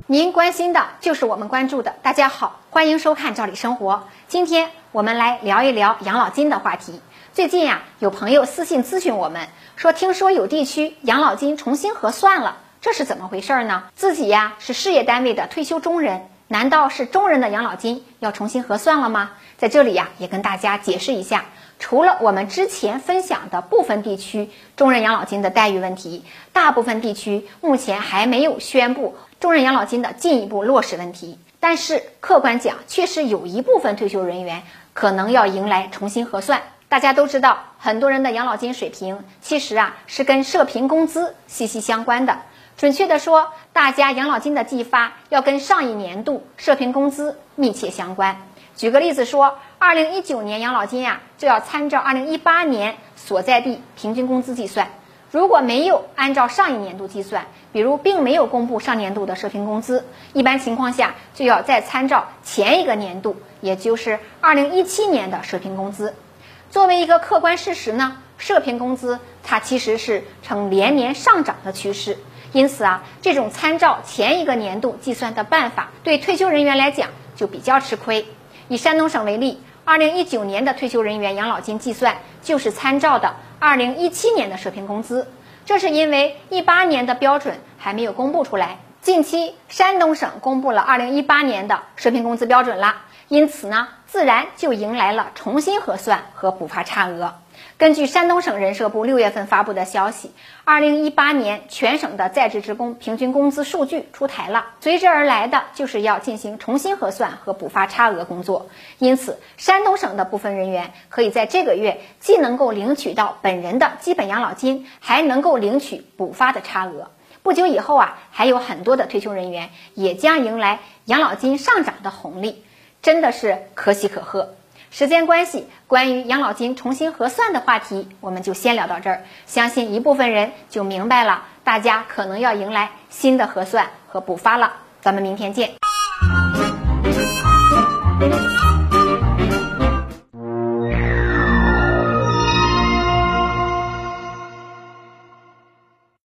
您关心的就是我们关注的。大家好，欢迎收看赵理生活。今天我们来聊一聊养老金的话题。最近有朋友私信咨询我们说，听说有地区养老金重新核算了，这是怎么回事呢？自己是事业单位的退休中人，难道是中人的养老金要重新核算了吗？在这里也跟大家解释一下，除了我们之前分享的部分地区中人养老金的待遇问题，大部分地区目前还没有宣布中人养老金的进一步落实问题。但是客观讲，确实有一部分退休人员可能要迎来重新核算。大家都知道，很多人的养老金水平其实是跟社平工资息息相关的。准确的说，大家养老金的计发要跟上一年度社平工资密切相关。举个例子说，2019年养老金就要参照2018年所在地平均工资计算。如果没有按照上一年度计算，比如并没有公布上年度的社平工资，一般情况下就要再参照前一个年度，也就是2017年的社平工资。作为一个客观事实呢，社平工资它其实是呈连年上涨的趋势，因此这种参照前一个年度计算的办法对退休人员来讲就比较吃亏。以山东省为例，2019年的退休人员养老金计算就是参照的2017年的社平工资，这是因为18年的标准还没有公布出来。近期山东省公布了2018年的社平工资标准了，因此呢，自然就迎来了重新核算和补发差额。根据山东省人社部6月份发布的消息，2018年全省的在职职工平均工资数据出台了，随之而来的就是要进行重新核算和补发差额工作。因此，山东省的部分人员可以在这个月既能够领取到本人的基本养老金，还能够领取补发的差额。不久以后还有很多的退休人员也将迎来养老金上涨的红利，真的是可喜可贺。时间关系，关于养老金重新核算的话题我们就先聊到这儿，相信一部分人就明白了，大家可能要迎来新的核算和补发了。咱们明天见。